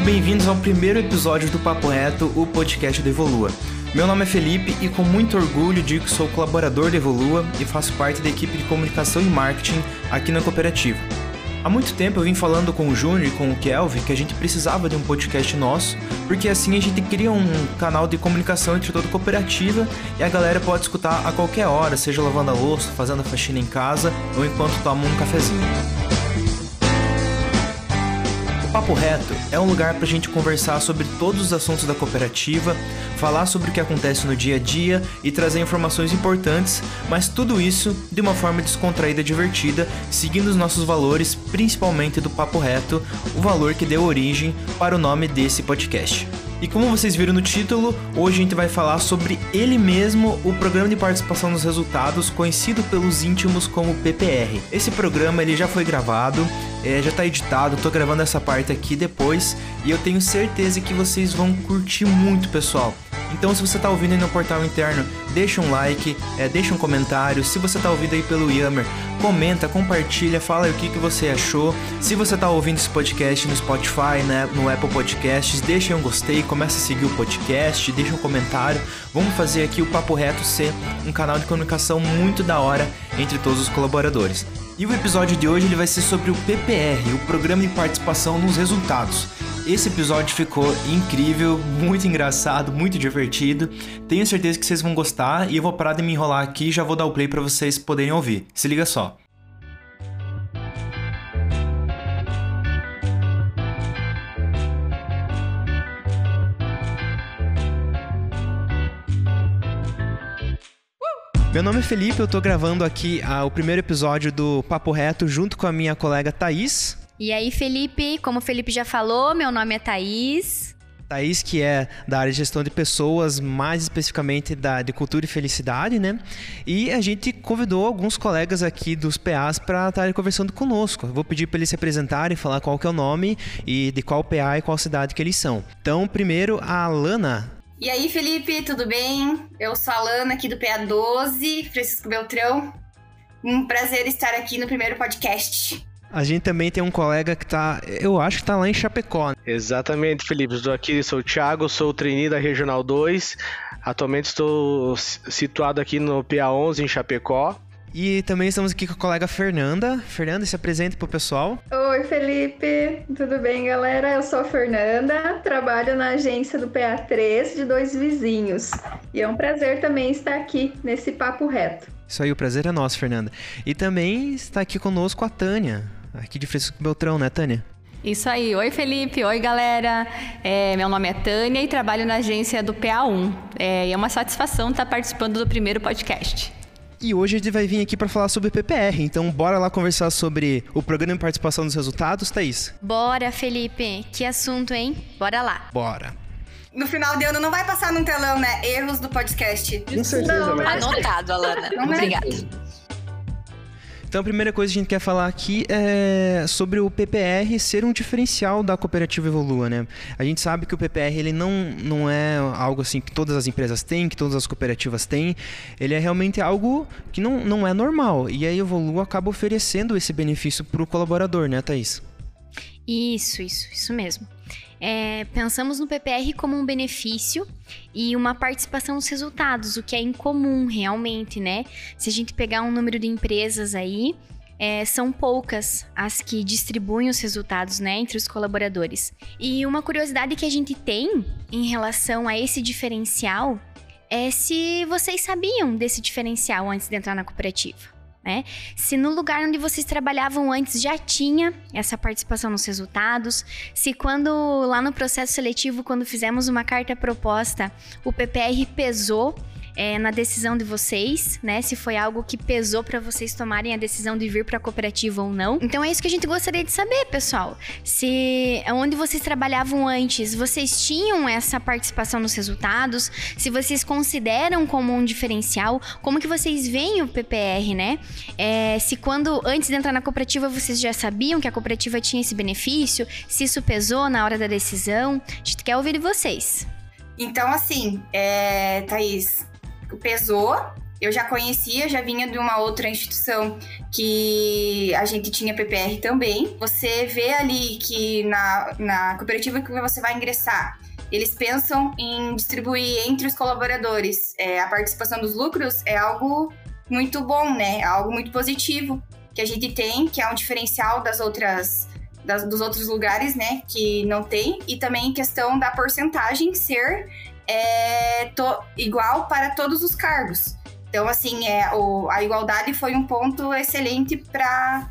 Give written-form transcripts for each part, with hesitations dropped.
bem-vindos ao primeiro episódio do Papo Reto, o podcast do Evolua. Meu nome é Felipe e com muito orgulho digo que sou colaborador da Evolua e faço parte da equipe de comunicação e marketing aqui na cooperativa. Há muito tempo eu vim falando com o Júnior e com o Kelvin que a gente precisava de um podcast nosso, porque assim a gente cria um canal de comunicação entre toda a cooperativa e a galera pode escutar a qualquer hora, seja lavando a louça, fazendo a faxina em casa ou enquanto toma um cafezinho. O Papo Reto é um lugar para a gente conversar sobre todos os assuntos da cooperativa, falar sobre o que acontece no dia a dia e trazer informações importantes, mas tudo isso de uma forma descontraída e divertida, seguindo os nossos valores, principalmente do Papo Reto, o valor que deu origem para o nome desse podcast. E como vocês viram no título, hoje a gente vai falar sobre ele mesmo, o Programa de Participação nos Resultados, conhecido pelos íntimos como PPR. Esse programa ele já foi gravado, já está editado, tô gravando essa parte aqui depois e eu tenho certeza que vocês vão curtir muito, pessoal. Então, se você está ouvindo aí no portal interno, deixa um like, deixa um comentário. Se você está ouvindo aí pelo Yammer, comenta, compartilha, fala aí o que você achou. Se você está ouvindo esse podcast no Spotify, né, no Apple Podcasts, deixa aí um gostei, começa a seguir o podcast, deixa um comentário. Vamos fazer aqui o Papo Reto ser um canal de comunicação muito da hora entre todos os colaboradores. E o episódio de hoje ele vai ser sobre o PPR, o Programa de Participação nos Resultados. Esse episódio ficou incrível, muito engraçado, muito divertido. Tenho certeza que vocês vão gostar e eu vou parar de me enrolar aqui e já vou dar o play para vocês poderem ouvir. Se liga só. Meu nome é Felipe, eu tô gravando aqui o primeiro episódio do Papo Reto junto com a minha colega Thaís. E aí, Felipe, como o Felipe já falou, meu nome é Thaís. Thaís, que é da área de gestão de pessoas, mais especificamente de cultura e felicidade, né? E a gente convidou alguns colegas aqui dos PAs para estarem conversando conosco. Eu vou pedir para eles se apresentarem, falar qual que é o nome e de qual PA e qual cidade que eles são. Então, primeiro, a Alana. E aí, Felipe, tudo bem? Eu sou a Alana, aqui do PA 12, Francisco Beltrão. Um prazer estar aqui no primeiro podcast. A gente também tem um colega que eu acho que tá lá em Chapecó. Exatamente, Felipe. Estou aqui, sou o Thiago, sou o trainee da Regional 2. Atualmente estou situado aqui no PA 11, em Chapecó. E também estamos aqui com a colega Fernanda. Fernanda, se apresente pro pessoal. Oi, Felipe. Tudo bem, galera? Eu sou a Fernanda, trabalho na agência do PA 3 de Dois Vizinhos. E é um prazer também estar aqui nesse Papo Reto. Isso aí, o prazer é nosso, Fernanda. E também está aqui conosco a Tânia, aqui de Francisco Beltrão, né, Tânia? Isso aí. Oi, Felipe. Oi, galera. Meu nome é Tânia e trabalho na agência do PA1. E é uma satisfação estar participando do primeiro podcast. E hoje a gente vai vir aqui para falar sobre PPR, então bora lá conversar sobre o Programa de Participação nos Resultados, Thaís? Bora, Felipe. Que assunto, hein? Bora lá. Bora. No final de ano não vai passar num telão, né? Erros do podcast. Com certeza. Anotado, Alana. Obrigada. Então a primeira coisa que a gente quer falar aqui é sobre o PPR ser um diferencial da cooperativa Evolua, né? A gente sabe que o PPR ele não é algo assim que todas as empresas têm, que todas as cooperativas têm. Ele é realmente algo que não é normal. E a Evolua acaba oferecendo esse benefício para o colaborador, né, Thaís? Isso mesmo. Pensamos no PPR como um benefício e uma participação nos resultados, o que é incomum realmente, né? Se a gente pegar um número de empresas aí, são poucas as que distribuem os resultados, né, entre os colaboradores. E uma curiosidade que a gente tem em relação a esse diferencial é se vocês sabiam desse diferencial antes de entrar na cooperativa. Né? Se no lugar onde vocês trabalhavam antes já tinha essa participação nos resultados, se quando lá no processo seletivo, quando fizemos uma carta proposta, o PPR pesou na decisão de vocês, né? Se foi algo que pesou para vocês tomarem a decisão de vir para a cooperativa ou não. Então é isso que a gente gostaria de saber, pessoal. Se onde vocês trabalhavam antes, vocês tinham essa participação nos resultados, se vocês consideram como um diferencial, como que vocês veem o PPR, né? Se quando, antes de entrar na cooperativa, vocês já sabiam que a cooperativa tinha esse benefício, se isso pesou na hora da decisão. A gente quer ouvir de vocês. Então, assim, Thaís, pesou, eu já conhecia, já vinha de uma outra instituição que a gente tinha PPR também. Você vê ali que na cooperativa que você vai ingressar, eles pensam em distribuir entre os colaboradores. A participação dos lucros é algo muito bom, né? É algo muito positivo que a gente tem, que é um diferencial dos outros lugares, né? Que não tem. E também questão da porcentagem ser igual para todos os cargos. Então, assim, a igualdade foi um ponto excelente para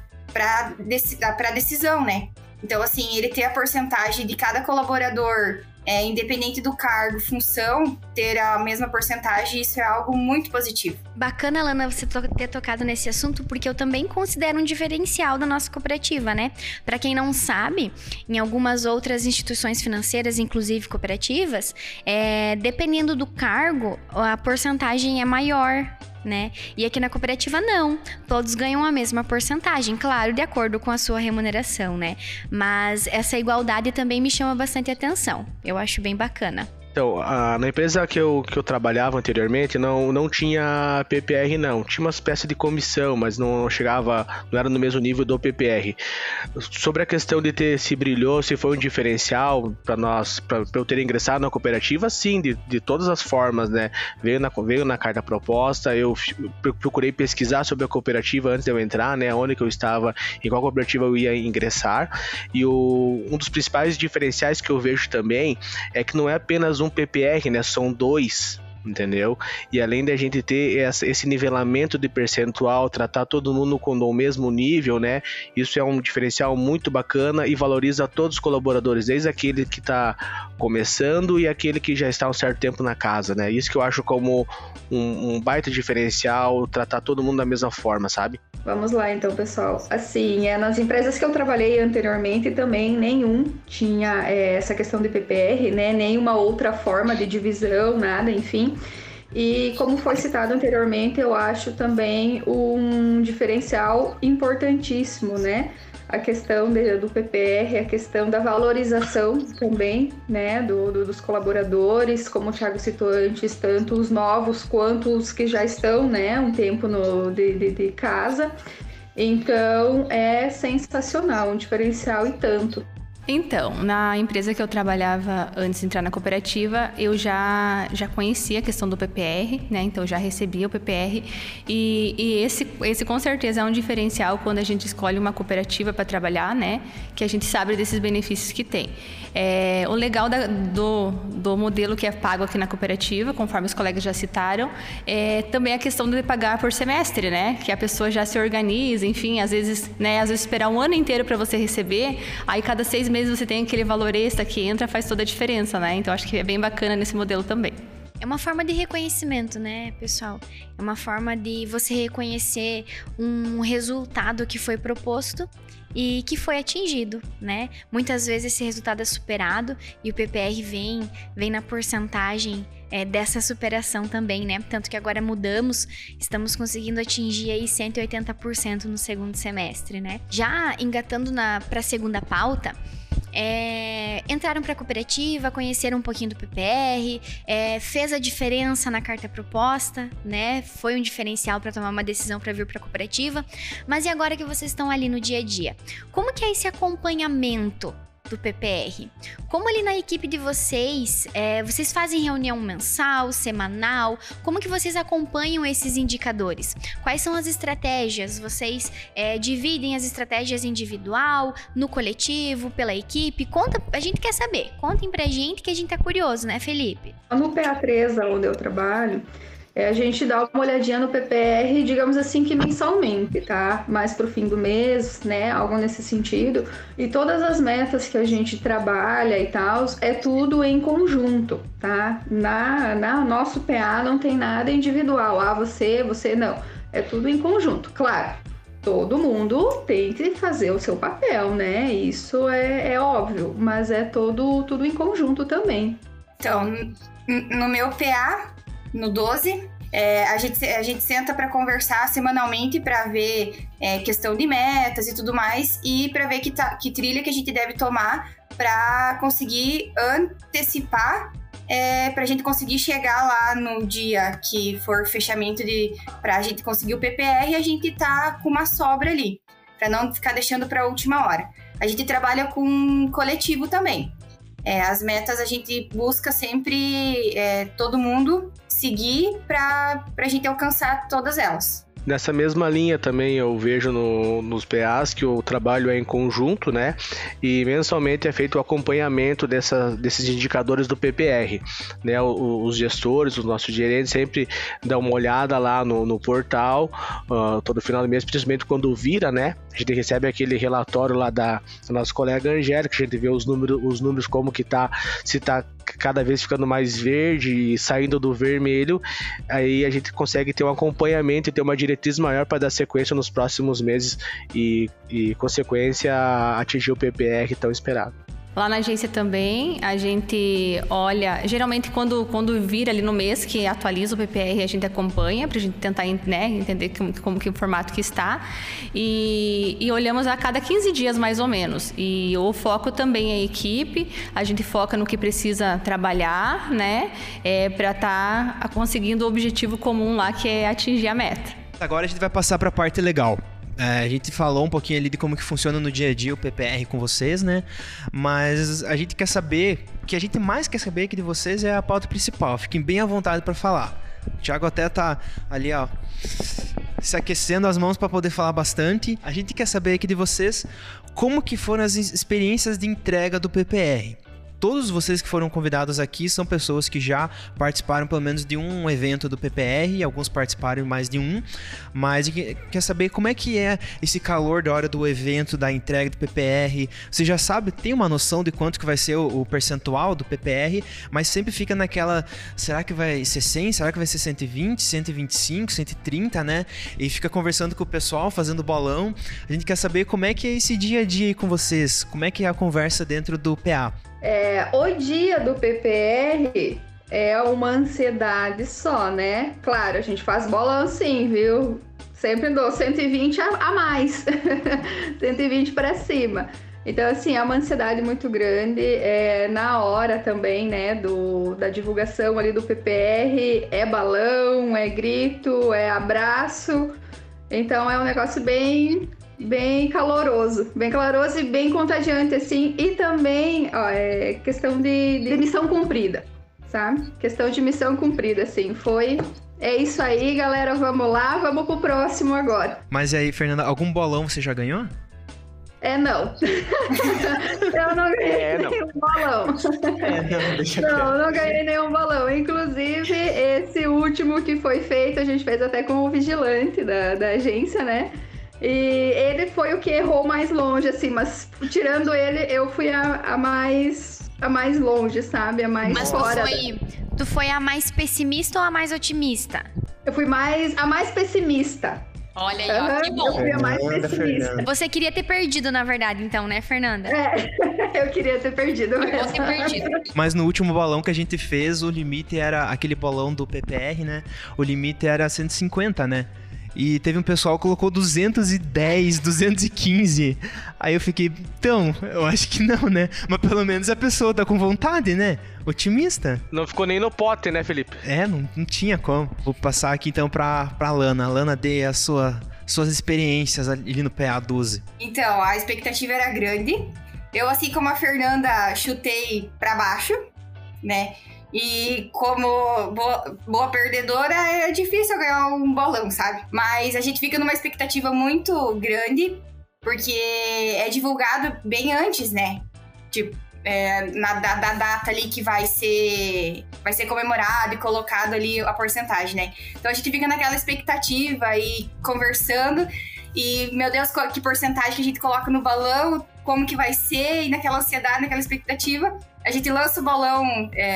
a decisão, né? Então, assim, ele ter a porcentagem de cada colaborador, independente do cargo, função, ter a mesma porcentagem, isso é algo muito positivo. Bacana, Lana, você ter tocado nesse assunto, porque eu também considero um diferencial da nossa cooperativa, né? Para quem não sabe, em algumas outras instituições financeiras, inclusive cooperativas, dependendo do cargo, a porcentagem é maior, né? E aqui na cooperativa não, todos ganham a mesma porcentagem, claro, de acordo com a sua remuneração, né? Mas essa igualdade também me chama bastante atenção, eu acho bem bacana. Então, na empresa que eu trabalhava anteriormente, não tinha PPR, não. Tinha uma espécie de comissão, mas não era no mesmo nível do PPR. Sobre a questão de se brilhou, se foi um diferencial para eu ter ingressado na cooperativa, sim, de todas as formas, né? Veio na carta proposta, eu procurei pesquisar sobre a cooperativa antes de eu entrar, né? Onde que eu estava, em qual cooperativa eu ia ingressar. E um dos principais diferenciais que eu vejo também é que não é apenas um PPR, né? São 2, entendeu? E além da gente ter esse nivelamento de percentual, tratar todo mundo com o mesmo nível, né? Isso é um diferencial muito bacana e valoriza todos os colaboradores, desde aquele que está começando e aquele que já está há um certo tempo na casa, né? Isso que eu acho como um baita diferencial, tratar todo mundo da mesma forma, sabe? Vamos lá então, pessoal. Assim, nas empresas que eu trabalhei anteriormente também nenhum tinha essa questão de PPR, né? Nenhuma outra forma de divisão, nada, enfim. E como foi citado anteriormente, eu acho também um diferencial importantíssimo, né? A questão do PPR, a questão da valorização também, né, dos colaboradores, como o Thiago citou antes, tanto os novos quanto os que já estão, né, um tempo de casa. Então, é sensacional, um diferencial e tanto. Então, na empresa que eu trabalhava antes de entrar na cooperativa, eu já conhecia a questão do PPR, né? Então, eu já recebia o PPR e esse com certeza é um diferencial quando a gente escolhe uma cooperativa para trabalhar, né? Que a gente sabe desses benefícios que tem. O legal do modelo que é pago aqui na cooperativa, conforme os colegas já citaram, é também a questão de pagar por semestre, né? Que a pessoa já se organiza, enfim, às vezes esperar um ano inteiro para você receber, aí cada 6 meses você tem aquele valor extra que entra, faz toda a diferença, né? Então, acho que é bem bacana nesse modelo também. É uma forma de reconhecimento, né, pessoal? É uma forma de você reconhecer um resultado que foi proposto e que foi atingido, né? Muitas vezes esse resultado é superado e o PPR vem na porcentagem dessa superação também, né? Tanto que agora mudamos, estamos conseguindo atingir aí 180% no segundo semestre, né? Já engatando para a segunda pauta, entraram para a cooperativa, conheceram um pouquinho do PPR, fez a diferença na carta proposta, né? Foi um diferencial para tomar uma decisão para vir para a cooperativa. Mas e agora que vocês estão ali no dia a dia? Como que é esse acompanhamento do PPR? Como ali na equipe de vocês, vocês fazem reunião mensal, semanal? Como que vocês acompanham esses indicadores? Quais são as estratégias? Vocês dividem as estratégias individual, no coletivo, pela equipe? A gente quer saber. Contem pra gente que a gente tá curioso, né, Felipe? No PA3, onde eu trabalho, a gente dá uma olhadinha no PPR, digamos assim, que mensalmente, tá? Mais pro fim do mês, né? Algo nesse sentido. E todas as metas que a gente trabalha e tal, é tudo em conjunto, tá? Na nosso PA não tem nada individual. Você não. É tudo em conjunto. Claro, todo mundo tem que fazer o seu papel, né? Isso é óbvio, mas é tudo em conjunto também. Então, no meu PA, no 12, a gente senta para conversar semanalmente para ver questão de metas e tudo mais e para ver que trilha que a gente deve tomar para conseguir antecipar pra gente conseguir chegar lá no dia que for fechamento pra gente conseguir o PPR, a gente tá com uma sobra ali, pra não ficar deixando pra última hora. A gente trabalha com coletivo também. As metas a gente busca sempre todo mundo seguir pra gente alcançar todas elas. Nessa mesma linha também eu vejo nos PAs que o trabalho é em conjunto, né? E mensalmente é feito o acompanhamento desses indicadores do PPR, né? Os gestores, os nossos gerentes sempre dão uma olhada lá no portal, todo final do mês, principalmente quando vira, né? A gente recebe aquele relatório lá da nossa colega Angélica, a gente vê os números como que tá, se tá cada vez ficando mais verde e saindo do vermelho, aí a gente consegue ter um acompanhamento e ter uma diretriz maior para dar sequência nos próximos meses e consequência, atingir o PPR tão esperado. Lá na agência também, a gente olha, geralmente quando vira ali no mês que atualiza o PPR, a gente acompanha pra gente tentar, né, entender como que o formato que está e olhamos a cada 15 dias mais ou menos. E o foco também é a equipe, a gente foca no que precisa trabalhar, né, pra estar conseguindo o objetivo comum lá, que é atingir a meta. Agora a gente vai passar pra parte legal. A gente falou um pouquinho ali de como que funciona no dia a dia o PPR com vocês, né? Mas a gente quer saber, o que a gente mais quer saber aqui de vocês é a pauta principal. Fiquem bem à vontade para falar. O Thiago até tá ali, ó, se aquecendo as mãos para poder falar bastante. A gente quer saber aqui de vocês como que foram as experiências de entrega do PPR. Todos vocês que foram convidados aqui são pessoas que já participaram pelo menos de um evento do PPR, alguns participaram mais de um, mas quer saber como é que é esse calor da hora do evento, da entrega do PPR. Você já sabe, tem uma noção de quanto que vai ser o percentual do PPR, mas sempre fica naquela, será que vai ser 100? Será que vai ser 120, 125, 130, né? E fica conversando com o pessoal, fazendo bolão. A gente quer saber como é que é esse dia a dia aí com vocês, como é que é a conversa dentro do PA. O dia do PPR é uma ansiedade só, né? Claro, a gente faz bolão sim, viu? Sempre dou 120 a mais, 120 para cima. Então, assim, é uma ansiedade muito grande. Na hora também, né, da divulgação ali do PPR, é balão, é grito, é abraço. Então, é um negócio bem caloroso e bem contagiante, assim, e também, é questão de missão cumprida, sabe? Questão de missão cumprida, assim, é isso aí, galera, vamos lá, vamos pro próximo agora. Mas aí, Fernanda, algum bolão você já ganhou? Não. Eu não ganhei nenhum bolão. Não ganhei nenhum bolão. Inclusive, esse último que foi feito, a gente fez até com o vigilante da agência, né? E ele foi o que errou mais longe, assim, mas tirando ele, eu fui a mais longe, sabe? A mais fora. Tu foi a mais pessimista ou a mais otimista? Eu fui a mais pessimista. Olha aí, ó, que bom. Eu fui a mais pessimista. Fernanda. Você queria ter perdido, na verdade, então, né, Fernanda? Eu queria ter perdido mesmo. Eu ter perdido. Mas no último bolão que a gente fez, o limite era aquele bolão do PPR, né? O limite era 150, né? E teve um pessoal que colocou 210, 215. Aí eu fiquei, então, eu acho que não, né? Mas pelo menos a pessoa tá com vontade, né? Otimista. Não ficou nem no pote, né, Felipe? Não tinha como. Vou passar aqui então pra Lana. Lana, dê suas experiências ali no PA12. Então, a expectativa era grande. Eu, assim como a Fernanda, chutei pra baixo, né? E como boa perdedora, é difícil ganhar um bolão, sabe? Mas a gente fica numa expectativa muito grande, porque é divulgado bem antes, né? Tipo, da data ali que vai ser comemorado e colocado ali a porcentagem, né? Então a gente fica naquela expectativa e conversando. E, meu Deus, que porcentagem que a gente coloca no balão, como que vai ser, e naquela ansiedade, naquela expectativa. A gente lança o bolão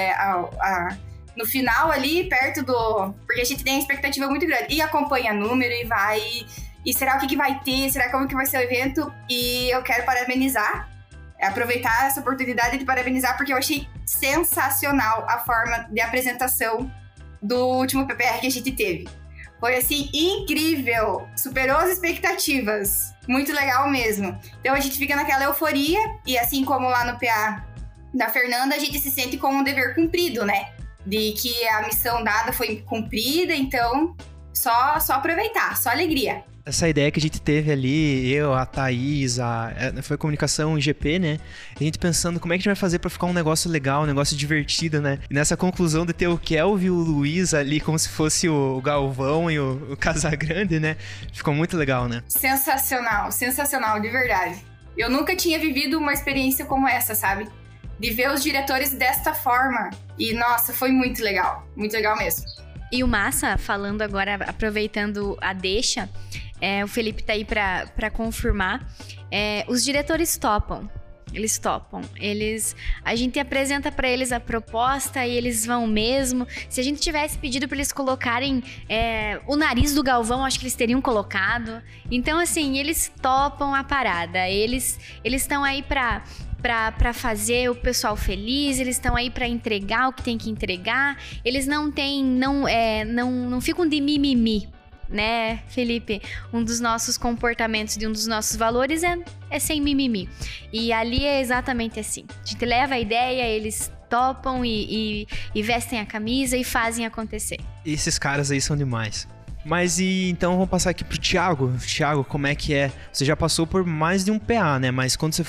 no final ali, perto do... Porque a gente tem uma expectativa muito grande. E acompanha número e vai... E será o que vai ter? Será como que vai ser o evento? E eu quero parabenizar, aproveitar essa oportunidade de parabenizar, porque eu achei sensacional a forma de apresentação do último PPR que a gente teve. Foi, assim, incrível. Superou as expectativas. Muito legal mesmo. Então, a gente fica naquela euforia. E assim como lá no PA, da Fernanda, a gente se sente como um dever cumprido, né? De que a missão dada foi cumprida, então só aproveitar, só alegria. Essa ideia que a gente teve ali, eu, a Thaís, foi comunicação em GP, né? A gente pensando como é que a gente vai fazer pra ficar um negócio legal, um negócio divertido, né? E nessa conclusão de ter o Kelvin e o Luiz ali como se fosse o Galvão e o Casagrande, né? Ficou muito legal, né? Sensacional, sensacional, de verdade. Eu nunca tinha vivido uma experiência como essa, sabe? De ver os diretores desta forma. E, nossa, foi muito legal mesmo. E o massa, falando agora, aproveitando a deixa, o Felipe tá aí pra confirmar, os diretores topam. Eles topam. A gente apresenta pra eles a proposta e eles vão mesmo. Se a gente tivesse pedido pra eles colocarem o nariz do Galvão, acho que eles teriam colocado. Então, assim, eles topam a parada. Eles estão aí pra fazer o pessoal feliz, eles estão aí pra entregar o que tem que entregar. Eles não ficam de mimimi, né, Felipe? Um dos nossos comportamentos, de um dos nossos valores é sem mimimi. E ali é exatamente assim. A gente leva a ideia, eles topam e vestem a camisa e fazem acontecer. Esses caras aí são demais. Mas então vamos passar aqui pro Thiago. Thiago, como é que é? Você já passou por mais de um PA, né? Mas quando você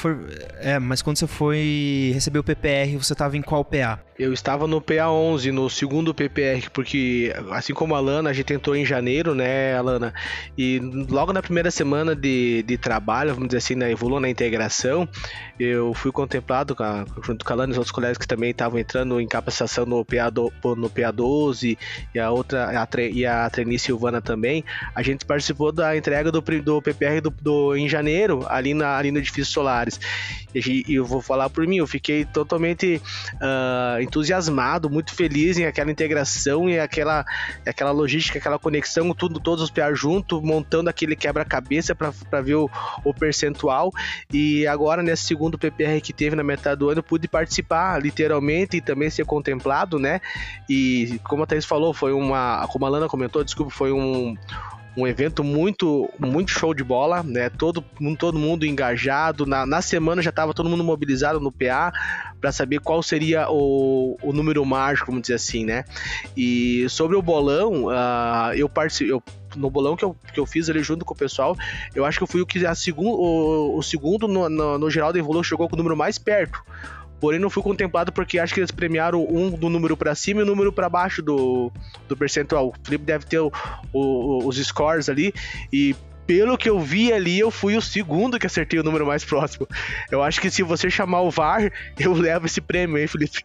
foi receber o PPR, você tava em qual PA? Eu estava no PA 11, no segundo PPR, porque assim como a Lana, a gente entrou em janeiro, né, Alana? E logo na primeira semana de trabalho, vamos dizer assim, evoluindo na integração, eu fui contemplado junto com a Lana e os outros colegas que também estavam entrando em capacitação no PA 12 e a trainee Silvana também. A gente participou da entrega do PPR em janeiro, ali no edifício Solares. E eu vou falar por mim, eu fiquei totalmente entusiasmado, muito feliz em aquela integração e aquela logística, aquela conexão, todos os PA juntos, montando aquele quebra-cabeça para ver o percentual. E agora, nesse segundo PPR que teve na metade do ano, eu pude participar, literalmente, e também ser contemplado, né? E como a Thaís falou, como a Lana comentou, desculpa, foi um evento muito, muito show de bola, né? Todo mundo engajado. Na semana já estava todo mundo mobilizado no PA para saber qual seria o número mágico, vamos dizer assim, né? E sobre o bolão, no bolão que eu fiz ali junto com o pessoal, eu acho que eu fui o segundo no geral da Evolution, chegou com o número mais perto. Porém, não fui contemplado porque acho que eles premiaram um do número pra cima e o número pra baixo do percentual. O Felipe deve ter os scores ali e pelo que eu vi ali, eu fui o segundo que acertei o número mais próximo. Eu acho que se você chamar o VAR, eu levo esse prêmio, hein, Felipe?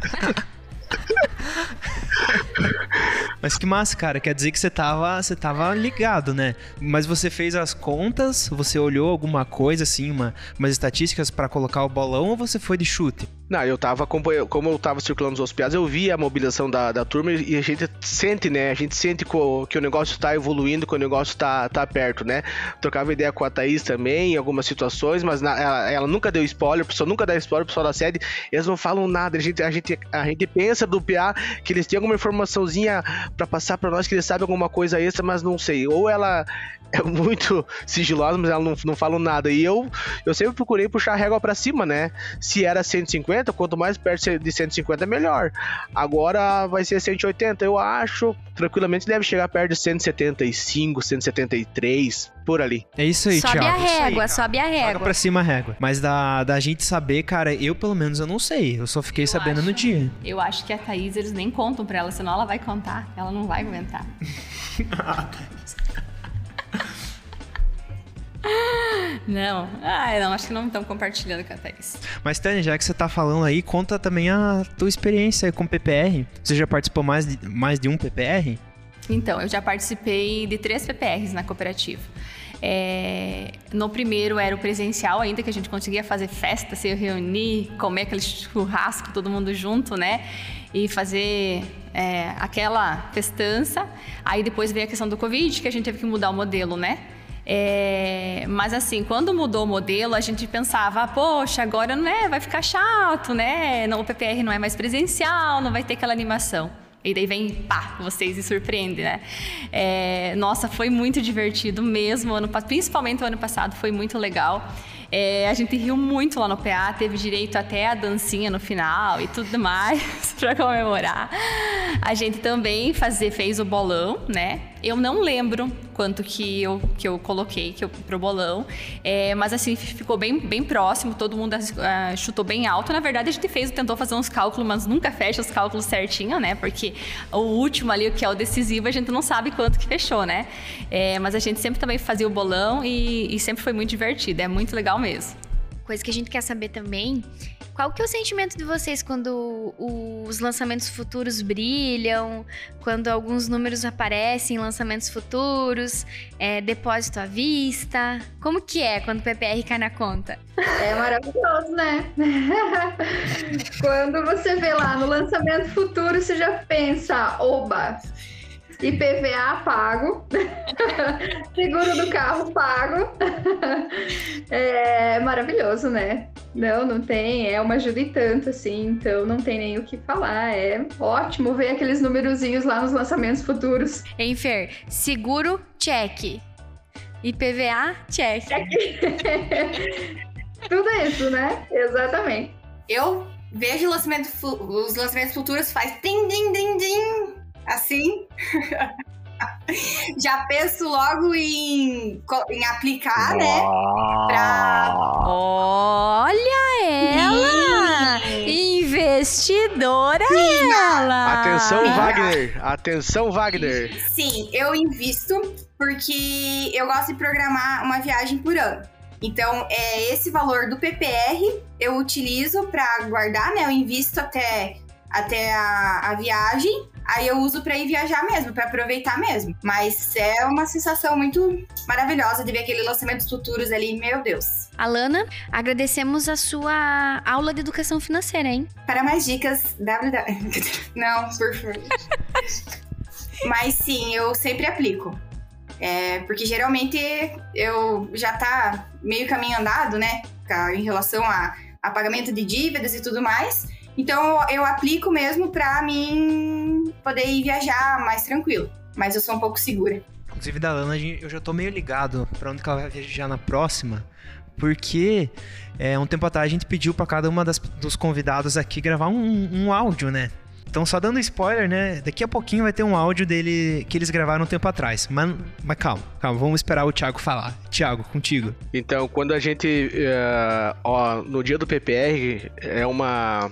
Mas que massa, cara. Quer dizer que você tava ligado, né? Mas você fez as contas, você olhou alguma coisa, assim, umas estatísticas pra colocar o bolão, ou você foi de chute? Não, eu tava acompanhando, como eu tava circulando nos hospitais, eu vi a mobilização da turma e a gente sente, né? A gente sente que o negócio tá evoluindo, que o negócio tá perto, né? Trocava ideia com a Thaís também em algumas situações, mas ela nunca deu spoiler, o pessoal nunca dá spoiler, o pessoal da sede, eles não falam nada. A gente pensa do PA que eles têm alguma informaçãozinha pra passar pra nós, que eles sabem alguma coisa extra, mas não sei. Ou ela é muito sigilosa, mas ela não fala nada. E eu sempre procurei puxar a régua pra cima, né? Se era 150, quanto mais perto de 150 melhor. Agora vai ser 180, eu acho. Tranquilamente deve chegar perto de 175, 173, por ali. É isso aí, Thiago. Sobe a régua. Joga pra cima a régua. Mas da gente saber, cara, eu pelo menos eu não sei. Eu só fiquei sabendo no dia. Eu acho que a Thaís, eles nem contam pra ela, senão ela vai contar. Ela não vai aguentar. Não, acho que não estão compartilhando com a Thaís. Mas, Tânia, já que você tá falando aí, conta também a tua experiência com PPR. Você já participou mais de um PPR? Então, eu já participei de 3 PPRs na cooperativa. No primeiro era o presencial ainda, que a gente conseguia fazer festa, se reunir, comer aquele churrasco, todo mundo junto, né? E fazer aquela festança. Aí depois veio a questão do Covid, que a gente teve que mudar o modelo, né? Mas assim, quando mudou o modelo, a gente pensava, poxa, agora vai ficar chato, né? O PPR não é mais presencial, não vai ter aquela animação. E daí vem, vocês se surpreendem, né? Nossa, foi muito divertido mesmo, principalmente o ano passado foi muito legal. A gente riu muito lá no PA, teve direito até a dancinha no final e tudo mais para comemorar. A gente também fez o bolão, né? Eu não lembro quanto que eu coloquei pro bolão, mas assim, ficou bem próximo, todo mundo chutou bem alto. Na verdade, a gente tentou fazer uns cálculos, mas nunca fecha os cálculos certinho, né? Porque o último ali, que é o decisivo, a gente não sabe quanto que fechou, né? Mas a gente sempre também fazia o bolão e sempre foi muito divertido, é muito legal mesmo. Coisa que a gente quer saber também, qual que é o sentimento de vocês quando os lançamentos futuros brilham, quando alguns números aparecem em lançamentos futuros, depósito à vista? Como que é quando o PPR cai na conta? É maravilhoso, né? Quando você vê lá no lançamento futuro, você já pensa, oba, IPVA pago, seguro do carro pago. É maravilhoso, né? Não tem, é uma ajuda e tanto, assim, então não tem nem o que falar. É ótimo ver aqueles numerozinhos lá nos lançamentos futuros. Hein, Fer? Seguro, check. IPVA, check. Tudo isso, né? Exatamente. Eu vejo os lançamentos futuros, faz tim, tim, tim, tim. Assim, já penso logo em aplicar, né? Olha ela! Investidora ela! Atenção, Wagner! Sim, eu invisto porque eu gosto de programar uma viagem por ano. Então, esse valor do PPR eu utilizo para guardar, né? Eu invisto até a viagem. Aí eu uso pra ir viajar mesmo, pra aproveitar mesmo. Mas é uma sensação muito maravilhosa de ver aqueles lançamentos futuros ali, meu Deus. Alana, agradecemos a sua aula de educação financeira, hein? Para mais dicas, Não, por favor. Mas sim, eu sempre aplico. Porque geralmente eu já tá meio caminho andado, né? Em relação a pagamento de dívidas e tudo mais. Então, eu aplico mesmo pra mim poder ir viajar mais tranquilo. Mas eu sou um pouco segura. Inclusive, da Lana, eu já tô meio ligado pra onde que ela vai viajar na próxima. Porque, um tempo atrás, a gente pediu pra cada uma dos convidados aqui gravar um áudio, né? Então, só dando spoiler, né? Daqui a pouquinho vai ter um áudio dele que eles gravaram um tempo atrás. Mas calma. Vamos esperar o Thiago falar. Thiago, contigo. Então, quando a gente... no dia do PPR, é uma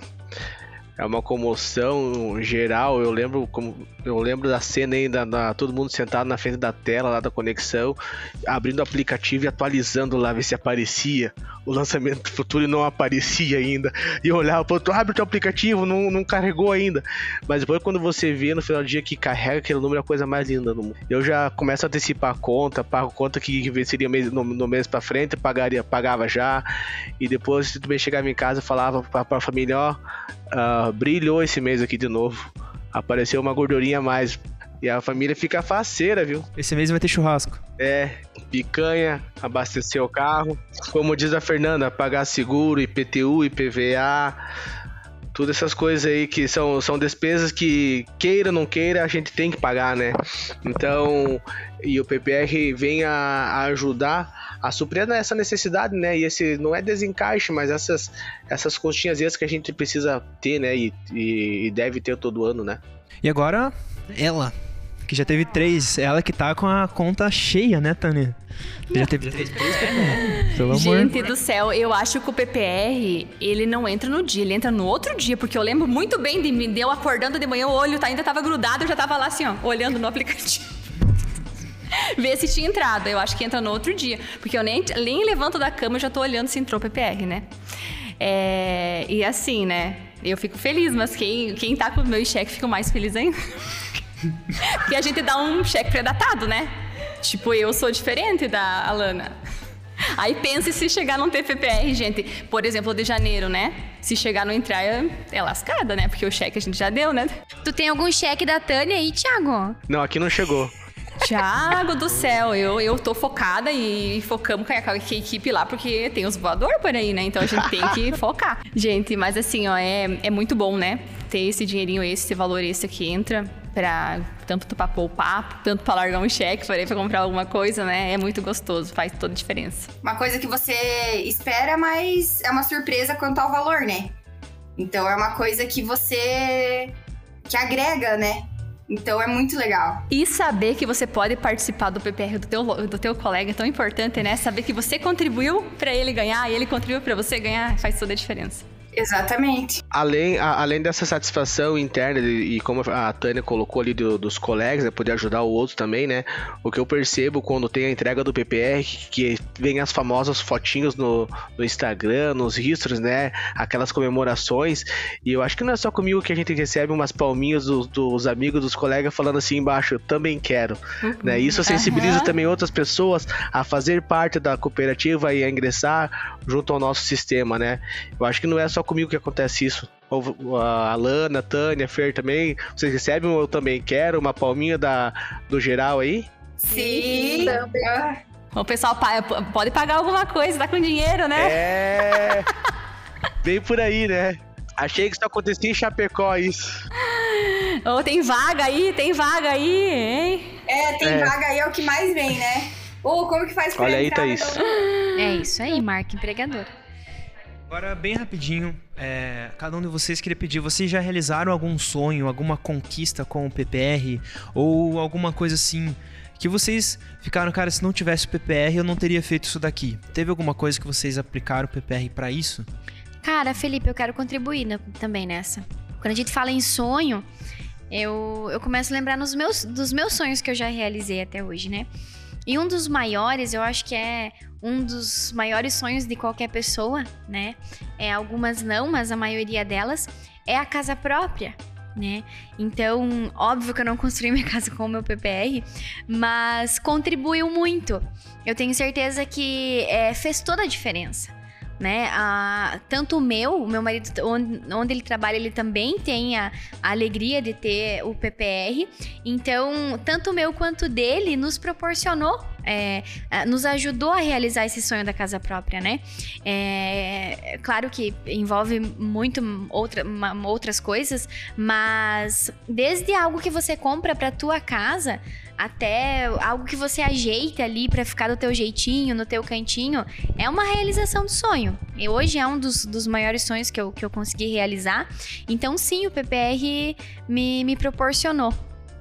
comoção geral. Eu lembro da cena ainda, todo mundo sentado na frente da tela lá da conexão, abrindo o aplicativo e atualizando lá, ver se aparecia o lançamento futuro, e não aparecia ainda. E eu olhava, tu abre o teu aplicativo, não carregou ainda. Mas depois, quando você vê no final do dia que carrega aquele número, é a coisa mais linda do mundo. Eu já começo a antecipar a conta, pago conta que seria no mês pra frente, pagava já. E depois, se também chegava em casa, falava pra família, brilhou esse mês aqui de novo. Apareceu uma gordurinha a mais. E a família fica faceira, viu? Esse mês vai ter churrasco. Picanha, abastecer o carro. Como diz a Fernanda, pagar seguro, IPTU, IPVA. Todas essas coisas aí que são despesas que, queira ou não queira, a gente tem que pagar, né? Então, e o PPR vem a ajudar a suprir essa necessidade, né? E esse não é desencaixe, mas essas continhas extras que a gente precisa ter, né? E deve ter todo ano, né? E agora, ela, que já teve 3, ela que tá com a conta cheia, né, Tânia? Já teve 3 pelo amor. Gente do céu, eu acho que o PPR, ele não entra no dia, ele entra no outro dia, porque eu lembro muito bem de eu acordando de manhã, o olho ainda tava grudado, eu já tava lá assim, olhando no aplicativo. Ver se tinha entrado. Eu acho que entra no outro dia, porque eu nem levanto da cama, eu já tô olhando se entrou PPR, né? E assim, né? Eu fico feliz, mas quem tá com o meu cheque fica mais feliz ainda. Porque a gente dá um cheque pré-datado, né? Tipo, eu sou diferente da Alana. Aí pense se chegar não ter PPR, gente. Por exemplo, o de janeiro, né? Se chegar não entrar, é lascada, né? Porque o cheque a gente já deu, né? Tu tem algum cheque da Tânia aí, Thiago? Não, aqui não chegou. Thiago do céu, eu tô focada e focamos com a equipe lá, porque tem os voadores por aí, né? Então a gente tem que focar. Gente, mas assim, é muito bom, né? Ter esse dinheirinho esse valor esse que entra tanto pra pôr o papo, tanto pra largar um cheque, pra comprar alguma coisa, né? É muito gostoso, faz toda a diferença. Uma coisa que você espera, mas é uma surpresa quanto ao valor, né? Então é uma coisa que que agrega, né? Então é muito legal. E saber que você pode participar do PPR do teu colega é tão importante, né? Saber que você contribuiu pra ele ganhar e ele contribuiu pra você ganhar faz toda a diferença. Exatamente. Além dessa satisfação interna e como a Tânia colocou ali dos colegas, né, poder ajudar o outro também, né? O que eu percebo quando tem a entrega do PPR, que vem as famosas fotinhos no Instagram, nos stories, né? Aquelas comemorações. E eu acho que não é só comigo que a gente recebe umas palminhas dos amigos, dos colegas falando assim embaixo, eu também quero. Né? Isso sensibiliza também outras pessoas a fazer parte da cooperativa e a ingressar junto ao nosso sistema, né? Eu acho que não é só comigo que acontece isso. A Alana, a Tânia, a Fer também. Vocês recebem Eu Também Quero, uma palminha do geral aí? Sim. O pessoal pode pagar alguma coisa, tá com dinheiro, né? É. Bem por aí, né? Achei que isso acontecia em Chapecó, isso. Ou tem vaga aí, hein? Tem vaga aí, é o que mais vem, né? Como que faz pra Olha entrar? aí, Thaís. É isso aí, marca empregador. Agora, bem rapidinho, cada um de vocês queria pedir, vocês já realizaram algum sonho, alguma conquista com o PPR? Ou alguma coisa assim, que vocês ficaram, cara, se não tivesse o PPR eu não teria feito isso daqui. Teve alguma coisa que vocês aplicaram o PPR pra isso? Cara, Felipe, eu quero contribuir também nessa. Quando a gente fala em sonho, eu começo a lembrar dos meus sonhos que eu já realizei até hoje, né? E um dos maiores, eu acho que é um dos maiores sonhos de qualquer pessoa, né? Algumas não, mas a maioria delas é a casa própria, né? Então, óbvio que eu não construí minha casa com o meu PPR, mas contribuiu muito. Eu tenho certeza que fez toda a diferença, né? Tanto o meu marido, onde ele trabalha, ele também tem a alegria de ter o PPR. Então, tanto o meu quanto o dele nos proporcionou, nos ajudou a realizar esse sonho da casa própria, né? Claro que envolve muito outras coisas, mas desde algo que você compra para tua casa até algo que você ajeita ali pra ficar do teu jeitinho, no teu cantinho, é uma realização do sonho. E hoje é um dos maiores sonhos que eu consegui realizar. Então, sim, o PPR me proporcionou.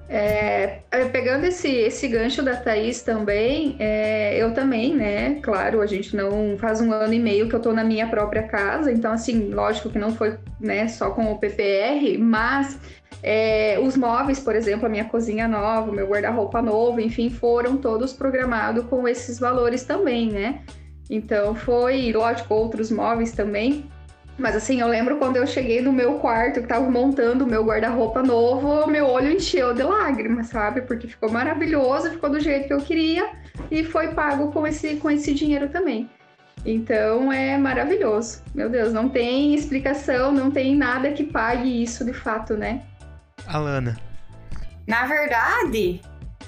Pegando esse gancho da Thaís também, eu também, né? Claro, a gente não faz 1 ano e meio que eu tô na minha própria casa, então, assim, lógico que não foi, né, só com o PPR, mas os móveis, por exemplo, a minha cozinha nova, o meu guarda-roupa novo, enfim, foram todos programados com esses valores também, né? Então, foi, lógico, outros móveis também. Mas assim, eu lembro quando eu cheguei no meu quarto, que tava montando o meu guarda-roupa novo, meu olho encheu de lágrimas, sabe? Porque ficou maravilhoso, ficou do jeito que eu queria e foi pago com esse dinheiro também. Então, é maravilhoso. Meu Deus, não tem explicação, não tem nada que pague isso de fato, né? Alana. Na verdade...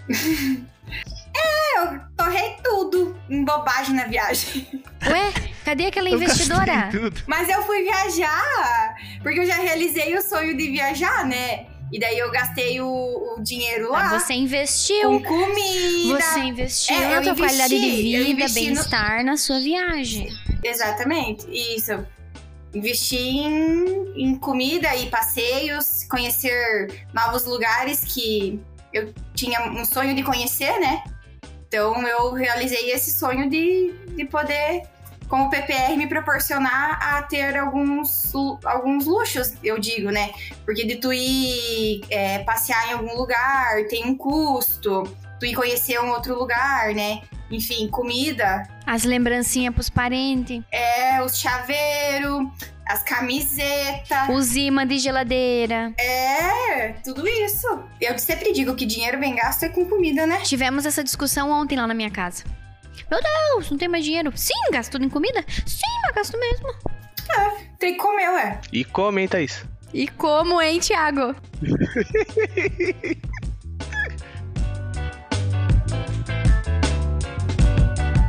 eu torrei tudo em bobagem na viagem. Ué, cadê aquela investidora? Mas eu fui viajar, porque eu já realizei o sonho de viajar, né? E daí eu gastei o dinheiro lá. Você investiu. Com comida. Você investiu na tua qualidade de vida, bem-estar na sua viagem. Exatamente, isso. Investi em comida e passeios, conhecer novos lugares que eu tinha um sonho de conhecer, né? Então, eu realizei esse sonho de poder, com o PPR, me proporcionar a ter alguns luxos, eu digo, né? Porque de tu ir passear em algum lugar, tem um custo. Tu ir conhecer um outro lugar, né? Enfim, comida. As lembrancinhas pros parentes. Os chaveiros, as camisetas. Os imãs de geladeira. Tudo isso. Eu sempre digo que dinheiro bem gasto é com comida, né? Tivemos essa discussão ontem lá na minha casa. Meu Deus, não tem mais dinheiro. Sim, gasto tudo em comida? Sim, mas gasto mesmo. Tem que comer, E come, hein, Thaís? E como, hein, Thiago?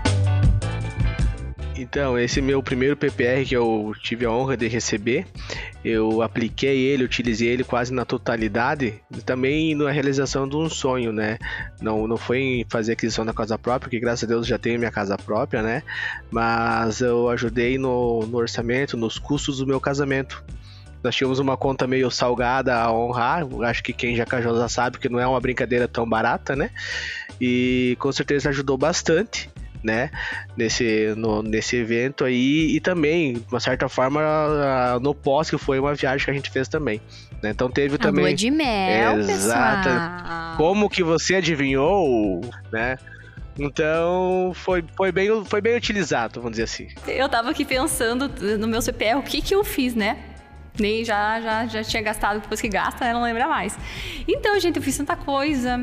Então, esse meu primeiro PPR que eu tive a honra de receber, eu apliquei ele, utilizei ele quase na totalidade, também na realização de um sonho, né? Não foi em fazer aquisição da casa própria, porque graças a Deus já tenho minha casa própria, né? Mas eu ajudei no orçamento, nos custos do meu casamento. Nós tínhamos uma conta meio salgada a honrar, acho que quem já casou já sabe que não é uma brincadeira tão barata, né? E com certeza ajudou bastante, né, nesse evento aí, e também, de uma certa forma, no pós, que foi uma viagem que a gente fez também, né? Então teve também... lua de mel, exato, pessoal. como que você adivinhou, né? Então, foi bem utilizado, vamos dizer assim. Eu tava aqui pensando no meu CPR, o que eu fiz, né? Nem já tinha gastado, depois que gasta, né? Não lembra mais. Então, gente, eu fiz tanta coisa.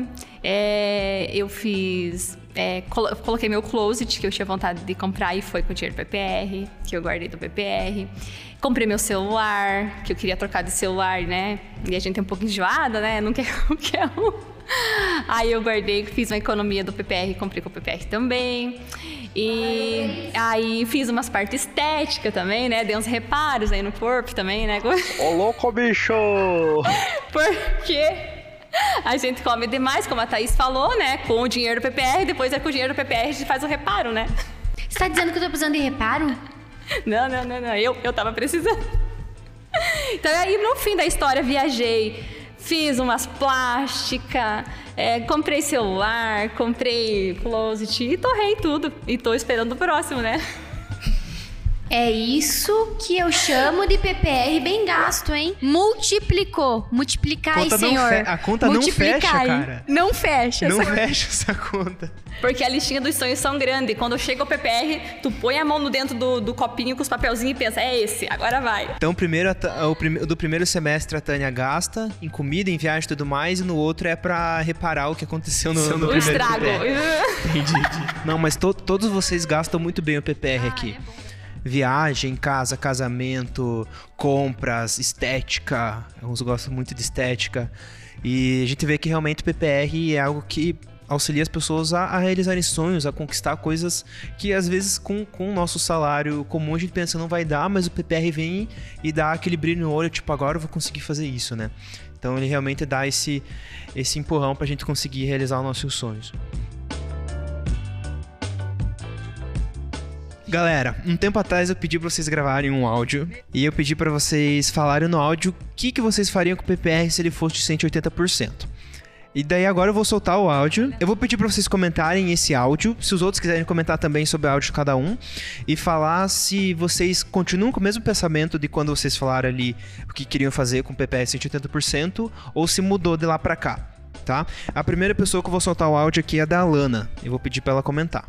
Eu fiz... coloquei meu closet, que eu tinha vontade de comprar, e foi com o dinheiro do PPR, que eu guardei do PPR. Comprei meu celular, que eu queria trocar de celular, né? E a gente é um pouco enjoada, né? Não quer um. Aí eu guardei, fiz uma economia do PPR, comprei com o PPR também. E aí fiz umas partes estéticas também, né? Dei uns reparos aí no corpo também, né? Ô, louco, bicho! Porque a gente come demais, como a Thaís falou, né? Com o dinheiro do PPR, depois com o dinheiro do PPR a gente faz o reparo, né? Você tá dizendo que eu tô precisando de reparo? Não. Eu tava precisando. Então aí no fim da história viajei, fiz umas plásticas, comprei celular, comprei closet e torrei tudo. E tô esperando o próximo, né? É isso que eu chamo de PPR bem gasto, hein? Multiplicai, senhor. A conta não fecha, cara. Não fecha. Não fecha essa conta. Porque a listinha dos sonhos são grande. Quando chega o PPR, tu põe a mão no dentro do copinho com os papelzinhos e pensa, é esse, agora vai. Então, do primeiro semestre a Tânia gasta em comida, em viagem e tudo mais, e no outro é pra reparar o que aconteceu no primeiro estrago. PPR. Entendi. Não, mas todos vocês gastam muito bem o PPR aqui. É bom. Viagem, casa, casamento, compras, estética. Uns gostam muito de estética. E a gente vê que realmente o PPR é algo que auxilia as pessoas a realizarem sonhos, a conquistar coisas que às vezes com o nosso salário comum a gente pensa não vai dar, mas o PPR vem e dá aquele brilho no olho, tipo, agora eu vou conseguir fazer isso, né? Então ele realmente dá esse empurrão pra gente conseguir realizar os nossos sonhos. Galera, um tempo atrás eu pedi pra vocês gravarem um áudio e eu pedi pra vocês falarem no áudio o que vocês fariam com o PPR se ele fosse de 180%. E daí agora eu vou soltar o áudio. Eu vou pedir pra vocês comentarem esse áudio, se os outros quiserem comentar também sobre o áudio de cada um, e falar se vocês continuam com o mesmo pensamento de quando vocês falaram ali o que queriam fazer com o PPR 180% ou se mudou de lá pra cá, tá? A primeira pessoa que eu vou soltar o áudio aqui é a da Alana. Eu vou pedir pra ela comentar.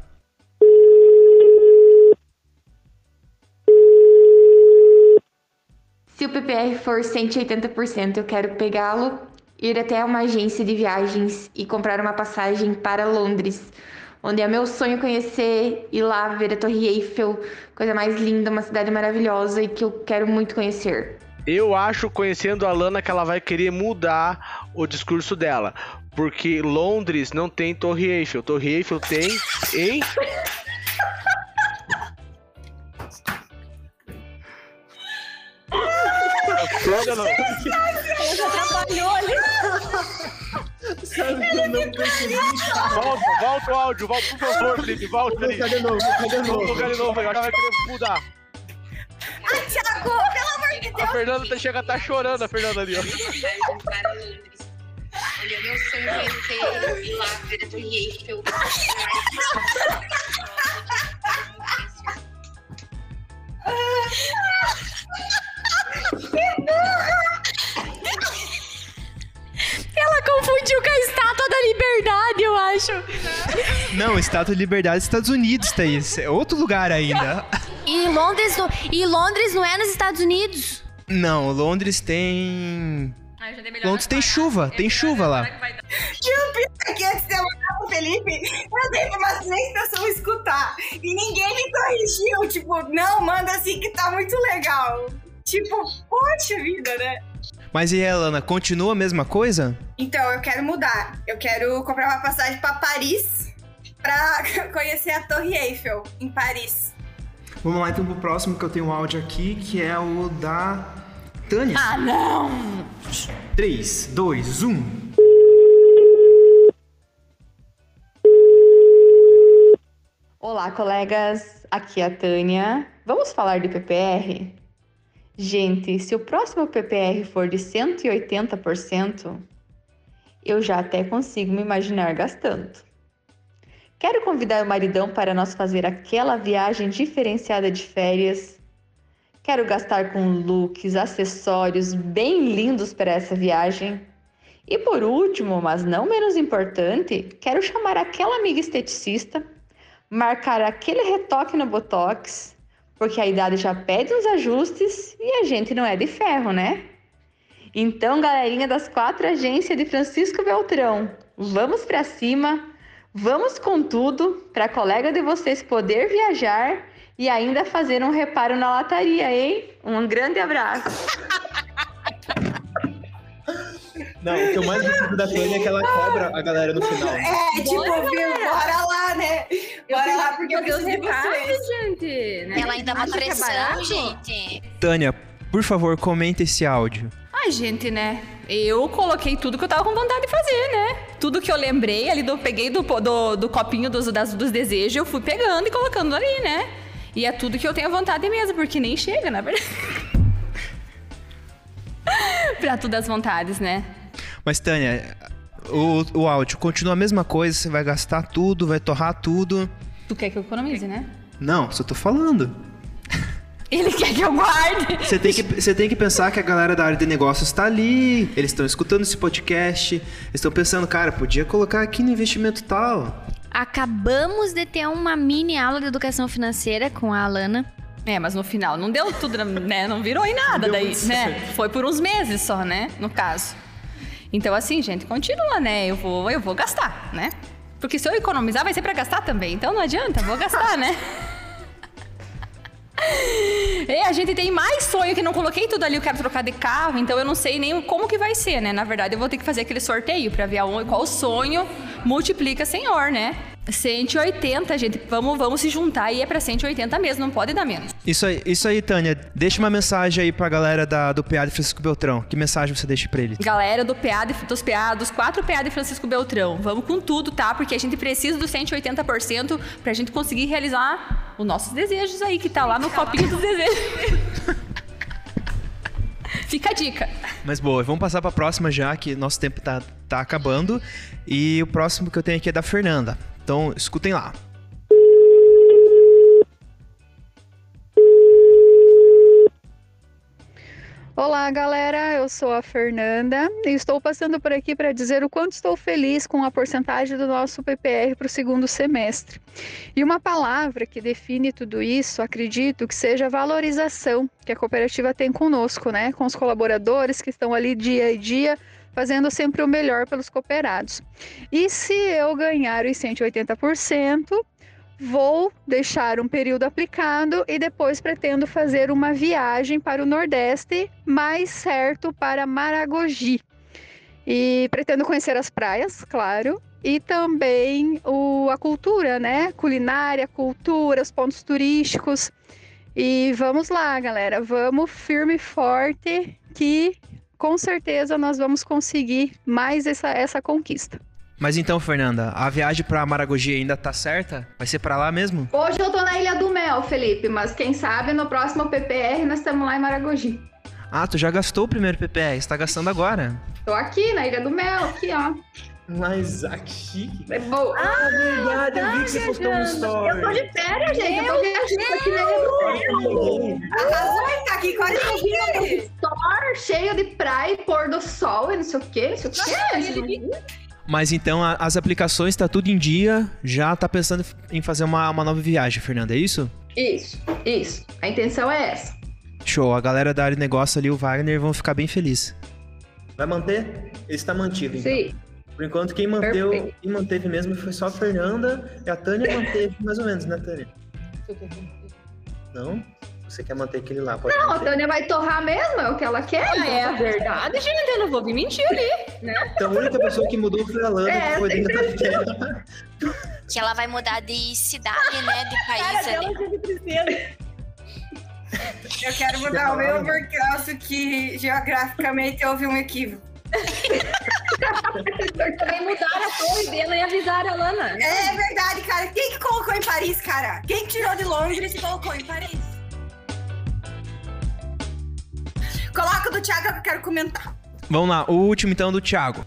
Se o PPR for 180%, eu quero pegá-lo, ir até uma agência de viagens e comprar uma passagem para Londres, onde é meu sonho conhecer, ir lá ver a Torre Eiffel, coisa mais linda, uma cidade maravilhosa e que eu quero muito conhecer. Eu acho, conhecendo a Lana, que ela vai querer mudar o discurso dela, porque Londres não tem Torre Eiffel. Torre Eiffel tem em... Foda não. Ela já trabalhou ali. Volta o áudio, volta, por favor, Felipe, volta ali. Cadê de novo? Vamos colocar de novo, ela vai querer mudar. Ai, Thiago, pelo amor de Deus. A Fernanda chega a estar chorando, a Fernanda ali, ó. Para Londres. Olha, meu sonho é ter ir lá ver a Torre Eiffel. Ela confundiu com a Estátua da Liberdade, eu acho. Não, Estátua de Liberdade dos Estados Unidos, Thaís. É outro lugar ainda. E Londres não é nos Estados Unidos? Não, Londres tem... Londres tem chuva, lá. Tinha um piso aqui antes de eu mandar pro Felipe, eu dei pra umas 3 pessoas escutar. E ninguém me corrigiu, tipo, não, manda assim que tá muito legal. Tipo, poxa vida, né? Mas e aí, Alana, continua a mesma coisa? Então, eu quero mudar. Eu quero comprar uma passagem pra Paris pra conhecer a Torre Eiffel, em Paris. Vamos lá então pro próximo, que eu tenho um áudio aqui, que é o da Tânia. Ah, não! 3, 2, 1. Olá, colegas. Aqui é a Tânia. Vamos falar de PPR? Gente, se o próximo PPR for de 180%, eu já até consigo me imaginar gastando. Quero convidar o maridão para nós fazer aquela viagem diferenciada de férias. Quero gastar com looks, acessórios bem lindos para essa viagem. E por último, mas não menos importante, quero chamar aquela amiga esteticista, marcar aquele retoque no Botox, porque a idade já pede uns ajustes e a gente não é de ferro, né? Então, galerinha das 4 agências de Francisco Beltrão, vamos pra cima, vamos com tudo para a colega de vocês poder viajar e ainda fazer um reparo na lataria, hein? Um grande abraço! Não, o que eu mais gosto da Tânia é que ela cobra a galera no final. Bora lá, né? Bora lá, porque eu preciso de vocês. gente. Né? Ela ainda dá uma pressão, gente. Tânia, por favor, comenta esse áudio. Ai, gente, né? Eu coloquei tudo que eu tava com vontade de fazer, né? Tudo que eu lembrei ali, peguei do copinho dos desejos, eu fui pegando e colocando ali, né? E é tudo que eu tenho vontade mesmo, porque nem chega, na verdade. Pra todas as vontades, né? Mas, Tânia, o áudio continua a mesma coisa, você vai gastar tudo, vai torrar tudo. Tu quer que eu economize, né? Não, só tô falando. Ele quer que eu guarde. Você tem que pensar que a galera da área de negócios tá ali, eles estão escutando esse podcast, eles estão pensando, cara, podia colocar aqui no investimento tal. Acabamos de ter uma mini aula de educação financeira com a Alana. É, mas no final não deu tudo, né? Não virou em nada daí, né? Foi por uns meses só, né? No caso. Então, assim, gente, continua, né? Eu vou gastar, né? Porque se eu economizar, vai ser pra gastar também. Então não adianta, vou gastar, né? E a gente tem mais sonho que não coloquei tudo ali, eu quero trocar de carro, então eu não sei nem como que vai ser, né? Na verdade, eu vou ter que fazer aquele sorteio pra ver qual sonho multiplica senhor, né? 180, gente, vamos se juntar e é pra 180 mesmo, não pode dar menos. Isso aí, Tânia, deixa uma mensagem aí pra galera do PA de Francisco Beltrão. Que mensagem você deixa pra eles? Galera dos 4 PA de Francisco Beltrão, vamos com tudo, tá? Porque a gente precisa dos 180% pra gente conseguir realizar os nossos desejos aí, que tá lá no copinho dos desejos. Fica a dica. Mas boa, vamos passar pra próxima já, que nosso tempo tá acabando. E o próximo que eu tenho aqui é da Fernanda. Então, escutem lá. Olá, galera, eu sou a Fernanda e estou passando por aqui para dizer o quanto estou feliz com a porcentagem do nosso PPR para o segundo semestre. E uma palavra que define tudo isso, acredito que seja a valorização que a cooperativa tem conosco, né? Com os colaboradores que estão ali dia a dia, fazendo sempre o melhor pelos cooperados. E se eu ganhar os 180%, vou deixar um período aplicado e depois pretendo fazer uma viagem para o Nordeste, mais certo para Maragogi. E pretendo conhecer as praias, claro, e também a cultura, né? Culinária, cultura, os pontos turísticos. E vamos lá, galera, vamos firme e forte que com certeza nós vamos conseguir mais essa conquista. Mas então, Fernanda, a viagem pra Maragogi ainda tá certa? Vai ser pra lá mesmo? Hoje eu tô na Ilha do Mel, Felipe, mas quem sabe no próximo PPR nós estamos lá em Maragogi. Ah, tu já gastou o primeiro PPR, você tá gastando agora. Tô aqui na Ilha do Mel, aqui ó. Mas aqui... É boa. Ah, verdade, eu vi que você postou um story. Eu tô de férias, gente, eu tô viajando aqui na Ilha do Mel. Arrasou, tá aqui, quase aqui. Store cheio de praia, pôr do sol e não sei o quê, Mas então as aplicações tá tudo em dia, já tá pensando em fazer uma nova viagem, Fernanda, é isso? Isso. A intenção é essa. Show, a galera da área de negócio ali, o Wagner, vão ficar bem felizes. Vai manter? Ele está mantido, então. Sim. Por enquanto, quem manteve mesmo foi só a Fernanda e a Tânia manteve mais ou menos, né, Tânia? Não? Você quer manter aquele lá? Pode não, manter. a Tânia vai torrar mesmo, é o que ela quer. É a verdade, gente, eu não vou me mentir ali, né? Então a única pessoa que mudou foi a Lana, que foi dentro da tela. Que ela vai mudar de cidade, né? De país ali. Eu quero mudar o meu porque eu acho que geograficamente houve um equívoco. Também mudaram a torre dela e avisaram a Lana. É verdade, cara. Quem que colocou em Paris, cara? Quem tirou de Londres e colocou em Paris? Coloca o do Thiago que eu quero comentar. Vamos lá, o último então do Thiago.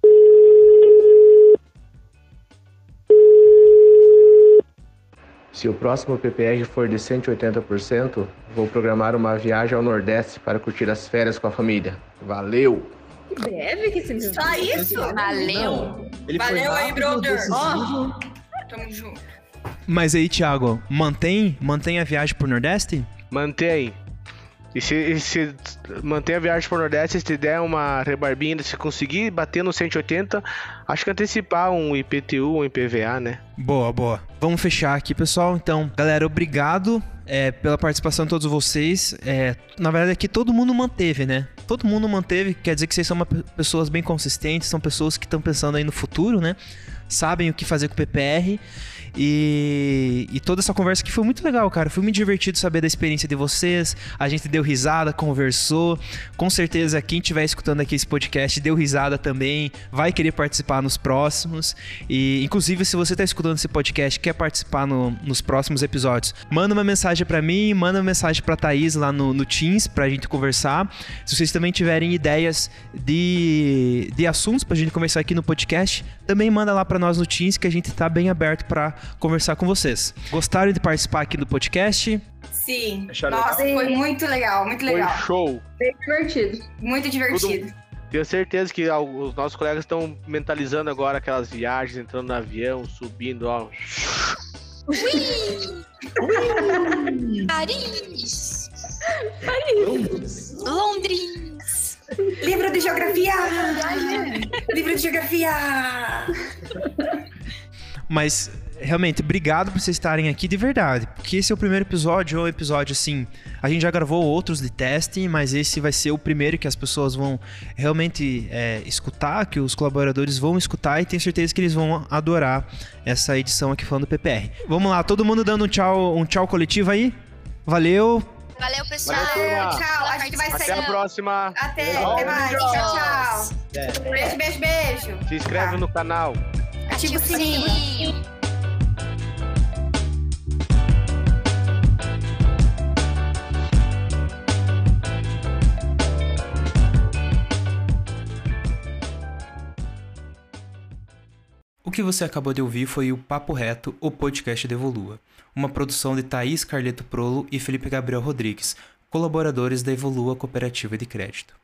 Se o próximo PPR for de 180%, vou programar uma viagem ao Nordeste para curtir as férias com a família. Valeu! Que breve que você me Só isso? Valeu! Ele foi Valeu aí, rápido, brother. decisivo. Tamo junto. Mas aí, Thiago, mantém a viagem pro Nordeste? Mantém. E se manter a viagem pro Nordeste, se der uma rebarbinha, se conseguir bater no 180, acho que antecipar um IPTU, um IPVA, né? Boa. Vamos fechar aqui, pessoal. Então, galera, obrigado pela participação de todos vocês. Na verdade, aqui todo mundo manteve, né? Todo mundo manteve, quer dizer que vocês são pessoas bem consistentes, são pessoas que estão pensando aí no futuro, né? Sabem o que fazer com o PPR. E toda essa conversa aqui foi muito legal, cara. Foi muito divertido saber da experiência de vocês. A gente deu risada, conversou. Com certeza, quem estiver escutando aqui esse podcast deu risada também. Vai querer participar nos próximos. E, inclusive, se você está escutando esse podcast e quer participar nos próximos episódios, manda uma mensagem para mim, manda uma mensagem para Thaís lá no Teams pra gente conversar. Se vocês também tiverem ideias de assuntos pra gente conversar aqui no podcast, também manda lá pra nós no Teams, que a gente tá bem aberto pra conversar com vocês. Gostaram de participar aqui do podcast? Sim. Acharam Nossa, legal? foi muito legal, muito legal. Foi show. Bem divertido. Muito divertido. Tenho certeza que os nossos colegas estão mentalizando agora aquelas viagens, entrando no avião, subindo, ó. Paris! Londres! Livro de geografia! Livro de geografia! Mas, realmente, obrigado por vocês estarem aqui de verdade. Porque esse é o primeiro episódio, ou episódio assim... A gente já gravou outros de teste, mas esse vai ser o primeiro que as pessoas vão realmente escutar, que os colaboradores vão escutar, e tenho certeza que eles vão adorar essa edição aqui falando do PPR. Vamos lá, todo mundo dando um tchau coletivo aí? Valeu! Valeu, pessoal! Valeu, tchau! A gente vai sair. Até a próxima! Até mais! Tchau! Beijo! Se inscreve no canal! Ativa o sininho! O que você acabou de ouvir foi o Papo Reto, o podcast da Evolua. Uma produção de Thaís Carleto Prolo e Felipe Gabriel Rodrigues, colaboradores da Evolua Cooperativa de Crédito.